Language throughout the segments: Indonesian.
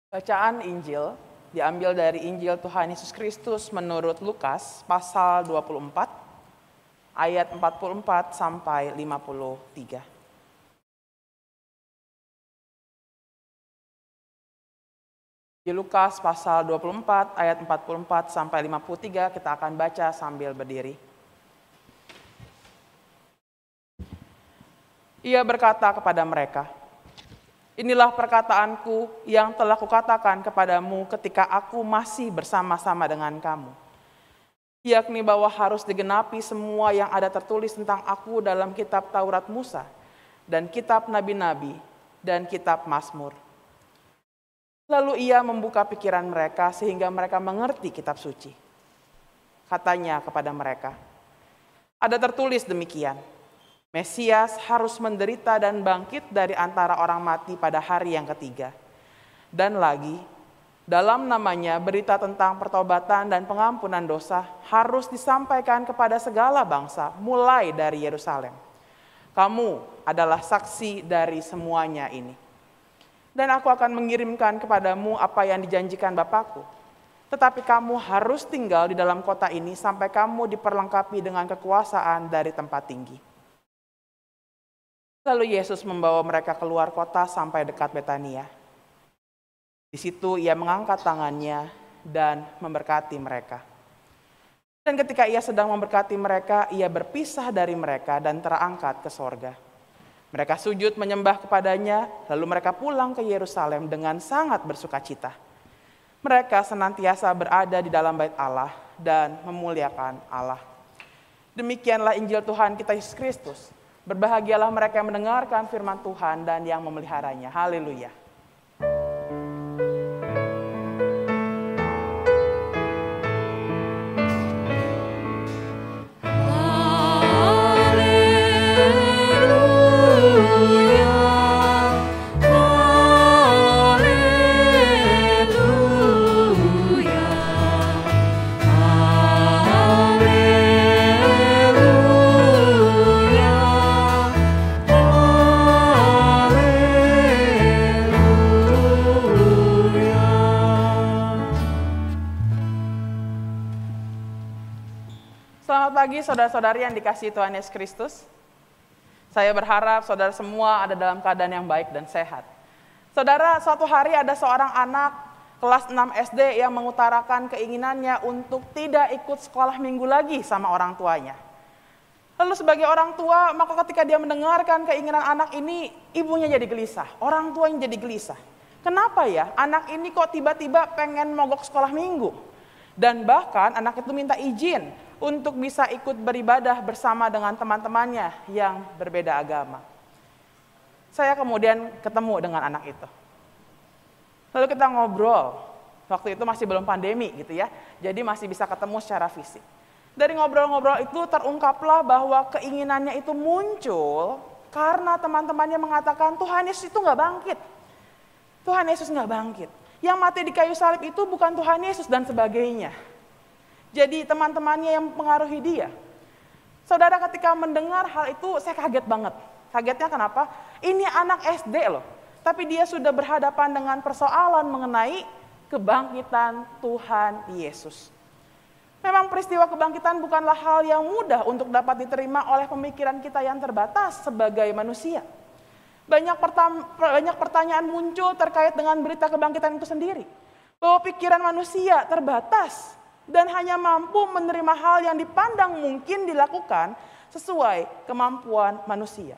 Bacaan Injil diambil dari Injil Tuhan Yesus Kristus menurut Lukas pasal 24 ayat 44 sampai 53. Di Lukas pasal 24 ayat 44 sampai 53 kita akan baca sambil berdiri. Ia berkata kepada mereka, "Inilah perkataanku yang telah kukatakan kepadamu ketika aku masih bersama-sama dengan kamu. Yakni bahwa harus digenapi semua yang ada tertulis tentang aku dalam kitab Taurat Musa, dan kitab Nabi-Nabi, dan kitab Mazmur." Lalu ia membuka pikiran mereka sehingga mereka mengerti kitab suci. Katanya kepada mereka, "Ada tertulis demikian, Mesias harus menderita dan bangkit dari antara orang mati pada hari yang ketiga. Dan lagi, dalam namanya berita tentang pertobatan dan pengampunan dosa harus disampaikan kepada segala bangsa, mulai dari Yerusalem. Kamu adalah saksi dari semuanya ini. Dan aku akan mengirimkan kepadamu apa yang dijanjikan Bapakku. Tetapi kamu harus tinggal di dalam kota ini sampai kamu diperlengkapi dengan kekuasaan dari tempat tinggi." Lalu Yesus membawa mereka keluar kota sampai dekat Betania. Di situ ia mengangkat tangannya dan memberkati mereka. Dan ketika ia sedang memberkati mereka, ia berpisah dari mereka dan terangkat ke sorga. Mereka sujud menyembah kepadanya, lalu mereka pulang ke Yerusalem dengan sangat bersukacita. Mereka senantiasa berada di dalam bait Allah dan memuliakan Allah. Demikianlah Injil Tuhan kita Yesus Kristus. Berbahagialah mereka yang mendengarkan firman Tuhan dan yang memeliharanya. Haleluya. Selamat pagi saudara-saudari yang dikasihi Tuhan Yesus Kristus. Saya berharap saudara semua ada dalam keadaan yang baik dan sehat. Saudara, suatu hari ada seorang anak kelas 6 SD yang mengutarakan keinginannya untuk tidak ikut sekolah minggu lagi sama orang tuanya. Lalu sebagai orang tua, maka ketika dia mendengarkan keinginan anak ini, ibunya jadi gelisah, orang tuanya jadi gelisah. Kenapa ya anak ini kok tiba-tiba pengen mogok sekolah minggu? Dan bahkan anak itu minta izin untuk bisa ikut beribadah bersama dengan teman-temannya yang berbeda agama. Saya kemudian ketemu dengan anak itu. Lalu kita ngobrol. Waktu itu masih belum pandemi gitu ya. Jadi masih bisa ketemu secara fisik. Dari ngobrol-ngobrol itu terungkaplah bahwa keinginannya itu muncul karena teman-temannya mengatakan Tuhan Yesus itu nggak bangkit. Tuhan Yesus nggak bangkit. Yang mati di kayu salib itu bukan Tuhan Yesus dan sebagainya. Jadi teman-temannya yang mempengaruhi dia. Saudara, ketika mendengar hal itu saya kaget banget. Kagetnya kenapa? Ini anak SD loh. Tapi dia sudah berhadapan dengan persoalan mengenai kebangkitan Tuhan Yesus. Memang peristiwa kebangkitan bukanlah hal yang mudah untuk dapat diterima oleh pemikiran kita yang terbatas sebagai manusia. Banyak pertanyaan muncul terkait dengan berita kebangkitan itu sendiri. Bahwa pikiran manusia terbatas dan hanya mampu menerima hal yang dipandang mungkin dilakukan sesuai kemampuan manusia.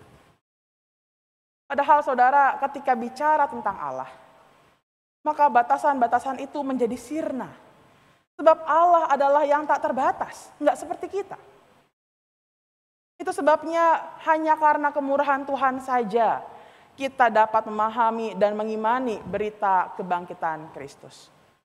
Padahal saudara, ketika bicara tentang Allah, maka batasan-batasan itu menjadi sirna. Sebab Allah adalah yang tak terbatas, nggak seperti kita. Itu sebabnya hanya karena kemurahan Tuhan saja kita dapat memahami dan mengimani berita kebangkitan Kristus.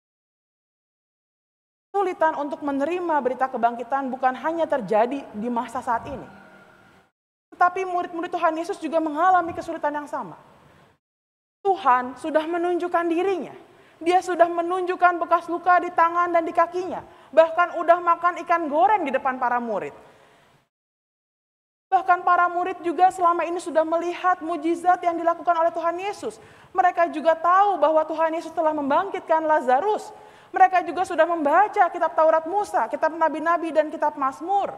Kesulitan untuk menerima berita kebangkitan bukan hanya terjadi di masa saat ini. Tetapi murid-murid Tuhan Yesus juga mengalami kesulitan yang sama. Tuhan sudah menunjukkan dirinya. Dia sudah menunjukkan bekas luka di tangan dan di kakinya. Bahkan udah makan ikan goreng di depan para murid. Bahkan para murid juga selama ini sudah melihat mujizat yang dilakukan oleh Tuhan Yesus. Mereka juga tahu bahwa Tuhan Yesus telah membangkitkan Lazarus. Mereka juga sudah membaca kitab Taurat Musa, kitab Nabi-Nabi, dan kitab Mazmur.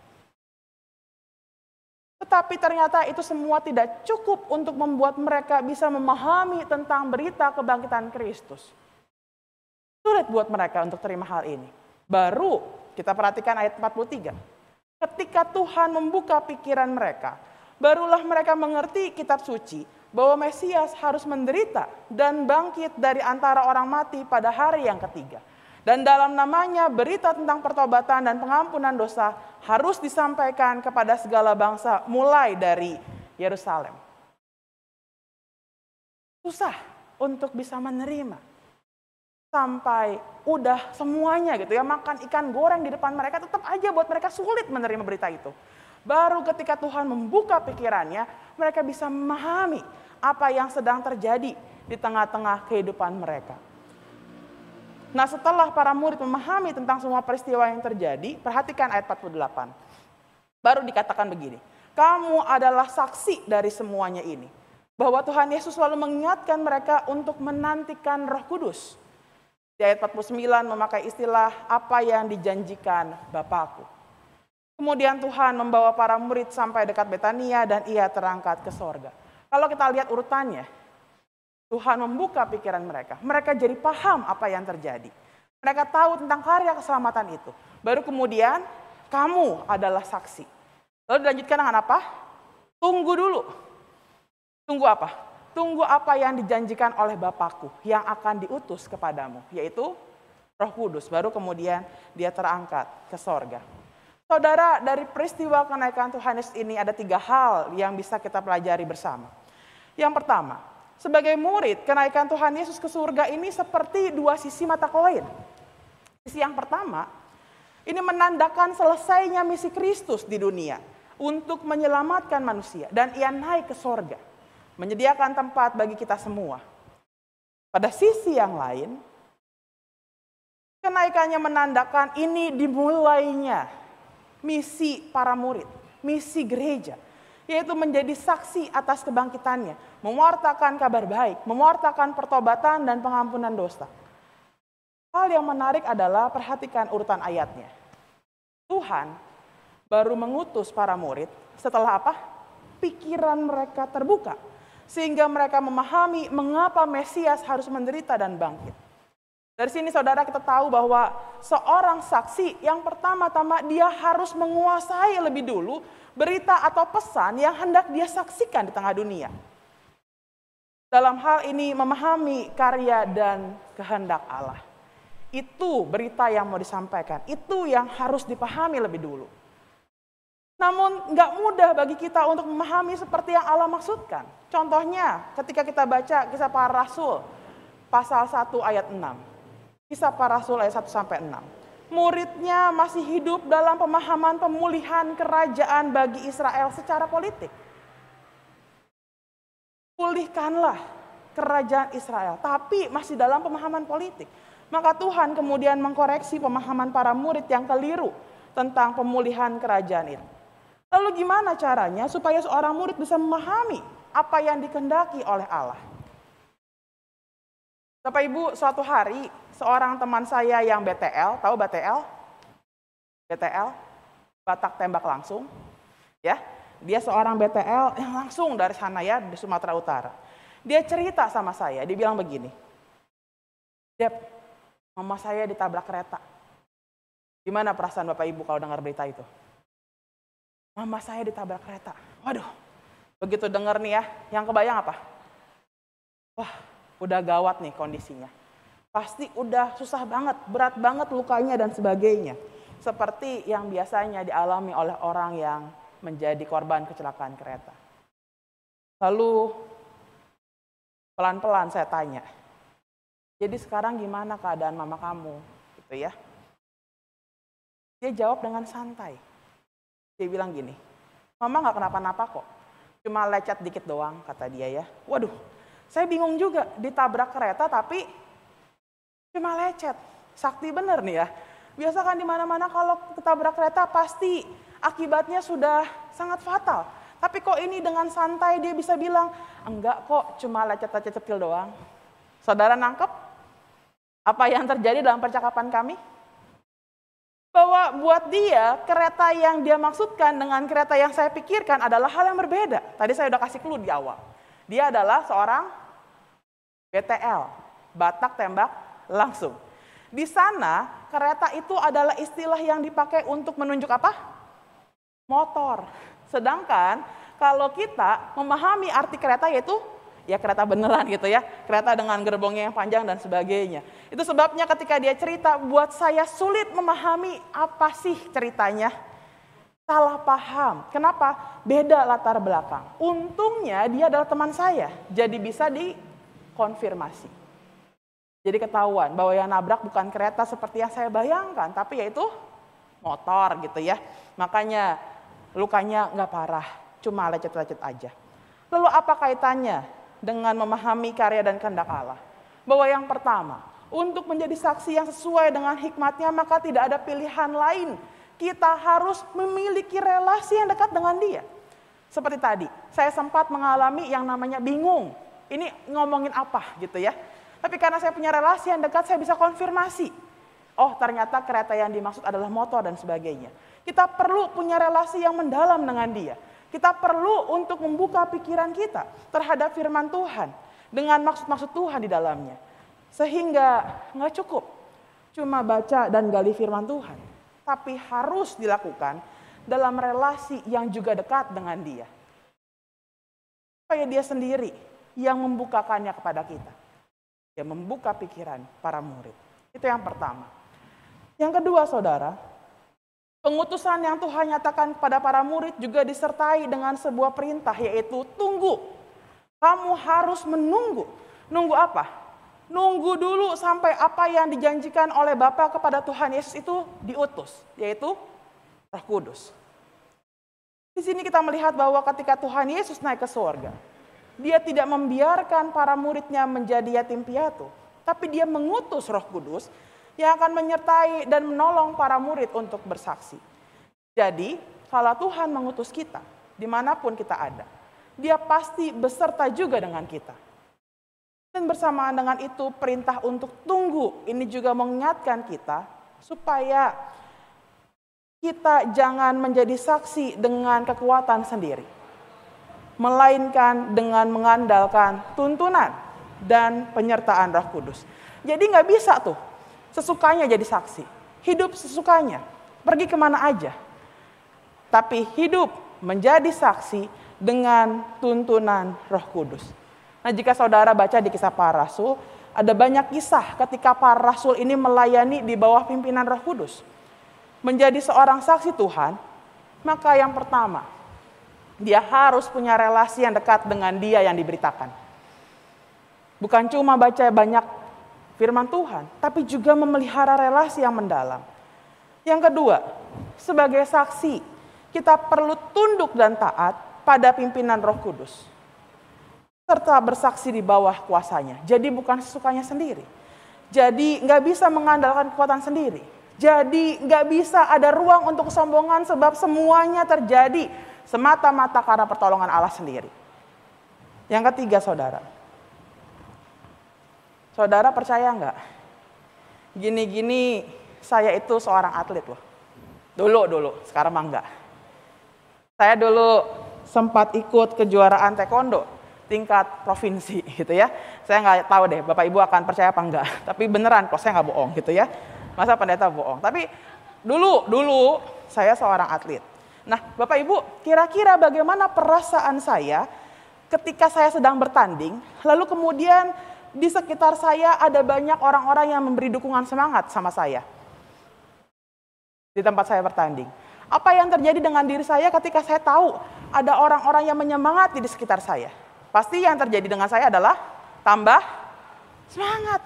Tetapi ternyata itu semua tidak cukup untuk membuat mereka bisa memahami tentang berita kebangkitan Kristus. Sulit buat mereka untuk terima hal ini. Baru kita perhatikan ayat 43. Ketika Tuhan membuka pikiran mereka, barulah mereka mengerti kitab suci bahwa Mesias harus menderita dan bangkit dari antara orang mati pada hari yang ketiga. Dan dalam namanya berita tentang pertobatan dan pengampunan dosa harus disampaikan kepada segala bangsa mulai dari Yerusalem. Susah untuk bisa menerima. Sampai udah semuanya gitu ya, makan ikan goreng di depan mereka, tetap aja buat mereka sulit menerima berita itu. Baru ketika Tuhan membuka pikirannya, mereka bisa memahami apa yang sedang terjadi di tengah-tengah kehidupan mereka. Nah, setelah para murid memahami tentang semua peristiwa yang terjadi, perhatikan ayat 48. Baru dikatakan begini, kamu adalah saksi dari semuanya ini. Bahwa Tuhan Yesus selalu mengingatkan mereka untuk menantikan Roh Kudus. Di ayat 49 memakai istilah apa yang dijanjikan Bapakku. Kemudian Tuhan membawa para murid sampai dekat Betania dan ia terangkat ke sorga. Kalau kita lihat urutannya, Tuhan membuka pikiran mereka. Mereka jadi paham apa yang terjadi. Mereka tahu tentang karya keselamatan itu. Baru kemudian, kamu adalah saksi. Lalu dilanjutkan dengan apa? Tunggu dulu. Tunggu apa? Tunggu apa yang dijanjikan oleh Bapakku yang akan diutus kepadamu. Yaitu Roh Kudus. Baru kemudian dia terangkat ke sorga. Saudara, dari peristiwa kenaikan Tuhan Yesus ini ada 3 hal yang bisa kita pelajari bersama. Yang pertama, sebagai murid, kenaikan Tuhan Yesus ke surga ini seperti 2 sisi mata koin. Sisi yang pertama, ini menandakan selesainya misi Kristus di dunia untuk menyelamatkan manusia. Dan ia naik ke surga, menyediakan tempat bagi kita semua. Pada sisi yang lain, kenaikannya menandakan ini dimulainya misi para murid, misi gereja. Yaitu menjadi saksi atas kebangkitannya, mewartakan kabar baik, mewartakan pertobatan dan pengampunan dosa. Hal yang menarik adalah perhatikan urutan ayatnya. Tuhan baru mengutus para murid setelah apa? Pikiran mereka terbuka, sehingga mereka memahami mengapa Mesias harus menderita dan bangkit. Dari sini saudara kita tahu bahwa seorang saksi yang pertama-tama dia harus menguasai lebih dulu berita atau pesan yang hendak dia saksikan di tengah dunia. Dalam hal ini memahami karya dan kehendak Allah. Itu berita yang mau disampaikan, itu yang harus dipahami lebih dulu. Namun nggak mudah bagi kita untuk memahami seperti yang Allah maksudkan. Contohnya ketika kita baca Kisah Para Rasul pasal 1 ayat 6. Kisah Para Rasul ayat 1-6. Muridnya masih hidup dalam pemahaman pemulihan kerajaan bagi Israel secara politik. Pulihkanlah kerajaan Israel, tapi masih dalam pemahaman politik. Maka Tuhan kemudian mengkoreksi pemahaman para murid yang keliru tentang pemulihan kerajaan itu. Lalu gimana caranya supaya seorang murid bisa memahami apa yang dikehendaki oleh Allah? Bapak Ibu, suatu hari seorang teman saya yang BTL, tahu BTL? BTL, Batak Tembak Langsung. Ya, dia seorang BTL yang langsung dari sana ya, di Sumatera Utara. Dia cerita sama saya, dia bilang begini. Dep, mama saya ditabrak kereta. Gimana perasaan Bapak Ibu kalau dengar berita itu? Mama saya ditabrak kereta. Waduh, begitu dengar nih ya, yang kebayang apa? Wah, udah gawat nih kondisinya. Pasti udah susah banget, berat banget lukanya dan sebagainya. Seperti yang biasanya dialami oleh orang yang menjadi korban kecelakaan kereta. Lalu pelan-pelan saya tanya, jadi sekarang gimana keadaan mama kamu? Gitu ya. Dia jawab dengan santai. Dia bilang gini, mama gak kenapa-napa kok. Cuma lecet dikit doang, kata dia ya. Waduh, saya bingung juga, ditabrak kereta tapi cuma lecet. Sakti bener nih ya. Biasa kan di mana-mana kalau ketabrak kereta pasti akibatnya sudah sangat fatal. Tapi kok ini dengan santai dia bisa bilang, enggak kok, cuma lecet-lecet kecil doang. Saudara nangkep apa yang terjadi dalam percakapan kami? Bahwa buat dia, kereta yang dia maksudkan dengan kereta yang saya pikirkan adalah hal yang berbeda. Tadi saya udah kasih clue di awal. Dia adalah seorang BTL, Batak Tembak Langsung. Di sana, kereta itu adalah istilah yang dipakai untuk menunjuk apa? Motor. Sedangkan kalau kita memahami arti kereta yaitu ya kereta beneran gitu ya, kereta dengan gerbongnya yang panjang dan sebagainya. Itu sebabnya ketika dia cerita, buat saya sulit memahami apa sih ceritanya. Salah paham. Kenapa? Beda latar belakang. Untungnya dia adalah teman saya, jadi bisa dikonfirmasi. Jadi ketahuan bahwa yang nabrak bukan kereta seperti yang saya bayangkan, tapi yaitu motor gitu ya. Makanya lukanya nggak parah, cuma lecet-lecet aja. Lalu apa kaitannya dengan memahami karya dan kehendak Allah? Bahwa yang pertama, untuk menjadi saksi yang sesuai dengan hikmatnya, maka tidak ada pilihan lain. Kita harus memiliki relasi yang dekat dengan dia. Seperti tadi, saya sempat mengalami yang namanya bingung. Ini ngomongin apa gitu ya. Tapi karena saya punya relasi yang dekat, saya bisa konfirmasi. Oh, ternyata kereta yang dimaksud adalah motor dan sebagainya. Kita perlu punya relasi yang mendalam dengan dia. Kita perlu untuk membuka pikiran kita terhadap firman Tuhan dengan maksud-maksud Tuhan di dalamnya. Sehingga nggak cukup cuma baca dan gali firman Tuhan, tapi harus dilakukan dalam relasi yang juga dekat dengan dia. Supaya dia sendiri yang membukakannya kepada kita. Dia membuka pikiran para murid. Itu yang pertama. Yang kedua, saudara, pengutusan yang Tuhan nyatakan kepada para murid juga disertai dengan sebuah perintah, yaitu tunggu. Kamu harus menunggu. Nunggu apa? Nunggu dulu sampai apa yang dijanjikan oleh Bapa kepada Tuhan Yesus itu diutus, yaitu Roh Kudus. Di sini kita melihat bahwa ketika Tuhan Yesus naik ke surga, dia tidak membiarkan para muridnya menjadi yatim piatu, tapi dia mengutus Roh Kudus yang akan menyertai dan menolong para murid untuk bersaksi. Jadi, kalau Tuhan mengutus kita, dimanapun kita ada, dia pasti beserta juga dengan kita. Dan bersamaan dengan itu, perintah untuk tunggu ini juga mengingatkan kita supaya kita jangan menjadi saksi dengan kekuatan sendiri, melainkan dengan mengandalkan tuntunan dan penyertaan Roh Kudus. Jadi nggak bisa tuh sesukanya jadi saksi, hidup sesukanya, pergi kemana aja. Tapi hidup menjadi saksi dengan tuntunan Roh Kudus. Nah, jika saudara baca di Kisah Para Rasul, ada banyak kisah ketika para rasul ini melayani di bawah pimpinan Roh Kudus. Menjadi seorang saksi Tuhan, maka yang pertama, dia harus punya relasi yang dekat dengan dia yang diberitakan. Bukan cuma baca banyak firman Tuhan, tapi juga memelihara relasi yang mendalam. Yang kedua, sebagai saksi, kita perlu tunduk dan taat pada pimpinan Roh Kudus, serta bersaksi di bawah kuasanya. Jadi bukan sesukanya sendiri. Jadi nggak bisa mengandalkan kekuatan sendiri. Jadi nggak bisa ada ruang untuk kesombongan sebab semuanya terjadi semata-mata karena pertolongan Allah sendiri. Yang ketiga, saudara. Saudara percaya nggak? Gini-gini saya itu seorang atlet loh. Dulu, sekarang mah enggak. Saya dulu sempat ikut kejuaraan taekwondo tingkat provinsi gitu ya. Saya nggak tahu deh Bapak Ibu akan percaya apa enggak. Tapi beneran kok, saya nggak bohong gitu ya. Masa pendeta bohong? Tapi dulu saya seorang atlet. Nah, Bapak Ibu, kira-kira bagaimana perasaan saya ketika saya sedang bertanding, lalu kemudian di sekitar saya ada banyak orang-orang yang memberi dukungan semangat sama saya di tempat saya bertanding. Apa yang terjadi dengan diri saya ketika saya tahu ada orang-orang yang menyemangati di sekitar saya? Pasti yang terjadi dengan saya adalah tambah semangat.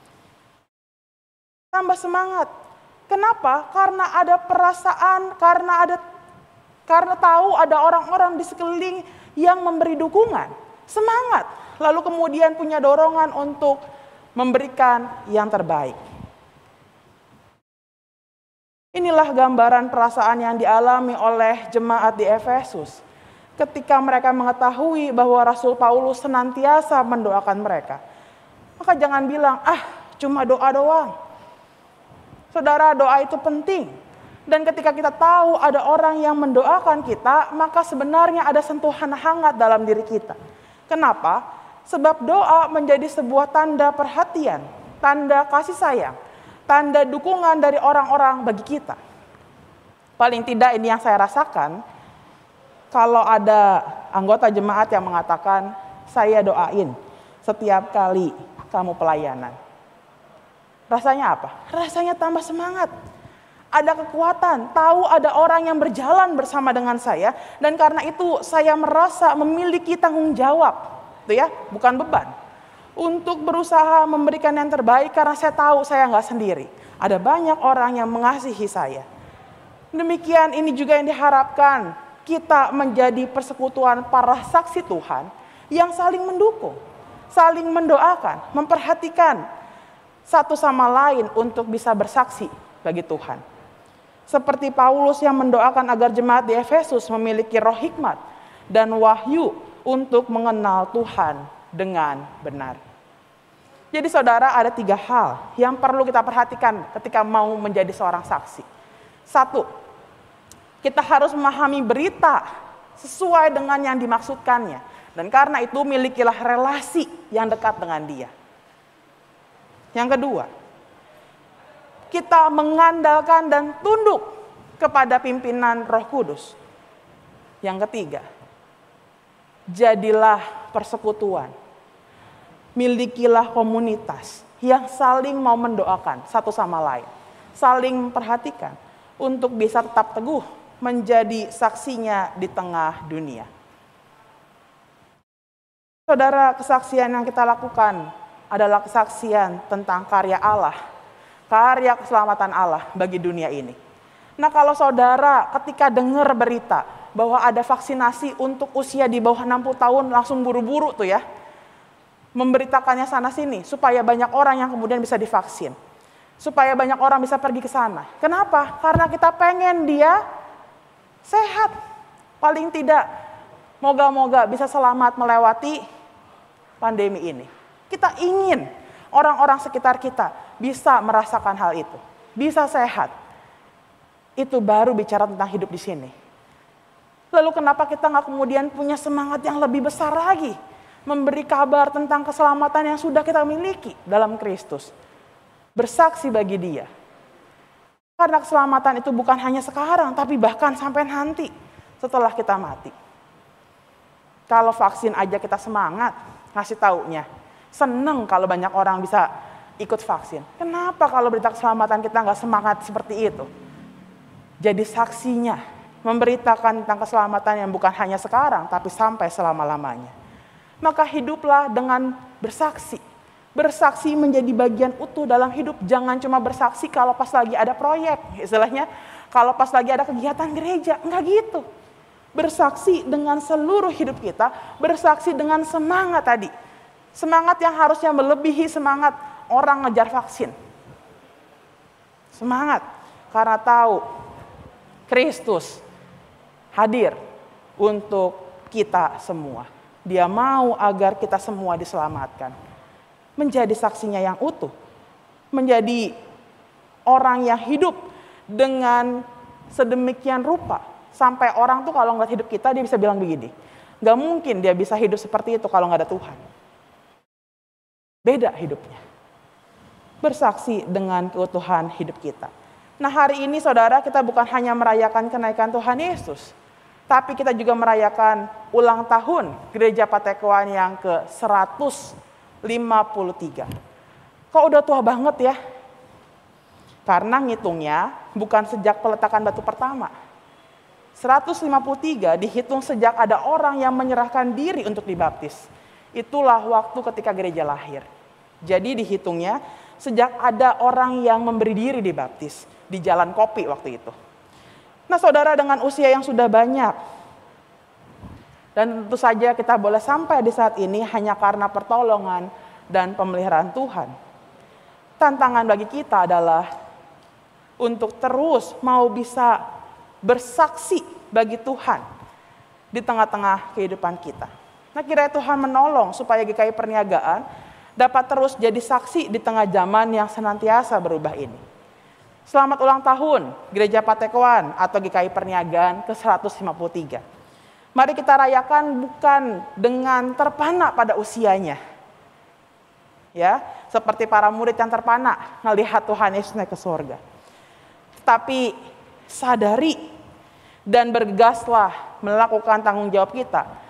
Tambah semangat. Kenapa? Karena ada perasaan, karena tahu ada orang-orang di sekeliling yang memberi dukungan, semangat. Lalu kemudian punya dorongan untuk memberikan yang terbaik. Inilah gambaran perasaan yang dialami oleh jemaat di Efesus ketika mereka mengetahui bahwa Rasul Paulus senantiasa mendoakan mereka. Maka jangan bilang, cuma doa doang. Saudara, doa itu penting. Dan ketika kita tahu ada orang yang mendoakan kita, maka sebenarnya ada sentuhan hangat dalam diri kita. Kenapa? Sebab doa menjadi sebuah tanda perhatian, tanda kasih sayang, tanda dukungan dari orang-orang bagi kita. Paling tidak ini yang saya rasakan, kalau ada anggota jemaat yang mengatakan, saya doain setiap kali kamu pelayanan. Rasanya apa? Rasanya tambah semangat. Ada kekuatan, tahu ada orang yang berjalan bersama dengan saya, dan karena itu saya merasa memiliki tanggung jawab, itu ya, bukan beban, untuk berusaha memberikan yang terbaik karena saya tahu saya nggak sendiri. Ada banyak orang yang mengasihi saya. Demikian ini juga yang diharapkan kita menjadi persekutuan para saksi Tuhan yang saling mendukung, saling mendoakan, memperhatikan satu sama lain untuk bisa bersaksi bagi Tuhan. Seperti Paulus yang mendoakan agar jemaat di Efesus memiliki roh hikmat dan wahyu untuk mengenal Tuhan dengan benar. Jadi saudara, ada 3 hal yang perlu kita perhatikan ketika mau menjadi seorang saksi. 1, kita harus memahami berita sesuai dengan yang dimaksudkannya. Dan karena itu milikilah relasi yang dekat dengan dia. Yang kedua, kita mengandalkan dan tunduk kepada pimpinan Roh Kudus. Yang ketiga, jadilah persekutuan. Milikilah komunitas yang saling mau mendoakan satu sama lain. Saling memperhatikan untuk bisa tetap teguh menjadi saksinya di tengah dunia. Saudara, kesaksian yang kita lakukan adalah kesaksian tentang karya Allah, karya keselamatan Allah bagi dunia ini. Nah, kalau saudara ketika dengar berita bahwa ada vaksinasi untuk usia di bawah 60 tahun, langsung buru-buru tuh ya, memberitakannya sana-sini supaya banyak orang yang kemudian bisa divaksin. Supaya banyak orang bisa pergi ke sana. Kenapa? Karena kita pengen dia sehat. Paling tidak, moga-moga bisa selamat melewati pandemi ini. Kita ingin orang-orang sekitar kita bisa merasakan hal itu. Bisa sehat. Itu baru bicara tentang hidup di sini. Lalu kenapa kita nggak kemudian punya semangat yang lebih besar lagi? Memberi kabar tentang keselamatan yang sudah kita miliki dalam Kristus. Bersaksi bagi dia. Karena keselamatan itu bukan hanya sekarang, tapi bahkan sampai nanti setelah kita mati. Kalau vaksin aja kita semangat, ngasih taunya. Seneng kalau banyak orang bisa ikut vaksin. Kenapa kalau berita keselamatan kita nggak semangat seperti itu? Jadi saksinya, memberitakan tentang keselamatan yang bukan hanya sekarang, tapi sampai selama-lamanya. Maka hiduplah dengan bersaksi. Bersaksi menjadi bagian utuh dalam hidup. Jangan cuma bersaksi kalau pas lagi ada proyek. Istilahnya, kalau pas lagi ada kegiatan gereja. Enggak gitu. Bersaksi dengan seluruh hidup kita. Bersaksi dengan semangat tadi. Semangat yang harusnya melebihi semangat orang ngejar vaksin. Semangat. Karena tahu Kristus hadir untuk kita semua. Dia mau agar kita semua diselamatkan. Menjadi saksinya yang utuh. Menjadi orang yang hidup dengan sedemikian rupa. Sampai orang tuh kalau ngeliat hidup kita dia bisa bilang begini. Gak mungkin dia bisa hidup seperti itu kalau gak ada Tuhan. Beda hidupnya. Bersaksi dengan keutuhan hidup kita. Nah, hari ini saudara, kita bukan hanya merayakan kenaikan Tuhan Yesus. Tapi kita juga merayakan ulang tahun Gereja Patekoan yang ke-153. Kok udah tua banget ya? Karena ngitungnya bukan sejak peletakan batu pertama. 153 dihitung sejak ada orang yang menyerahkan diri untuk dibaptis. Itulah waktu ketika gereja lahir. Jadi dihitungnya sejak ada orang yang memberi diri dibaptis di Jalan Kopi waktu itu. Nah saudara, dengan usia yang sudah banyak, dan tentu saja kita boleh sampai di saat ini hanya karena pertolongan dan pemeliharaan Tuhan. Tantangan bagi kita adalah untuk terus mau bisa bersaksi bagi Tuhan di tengah-tengah kehidupan kita. Nah, kiranya Tuhan menolong supaya GKI Perniagaan dapat terus jadi saksi di tengah zaman yang senantiasa berubah ini. Selamat ulang tahun Gereja Patekoan atau GKI Perniagaan ke-153. Mari kita rayakan bukan dengan terpana pada usianya. Ya, seperti para murid yang terpana melihat Tuhan Yesus naik ke surga. Tapi sadari dan bergegaslah melakukan tanggung jawab kita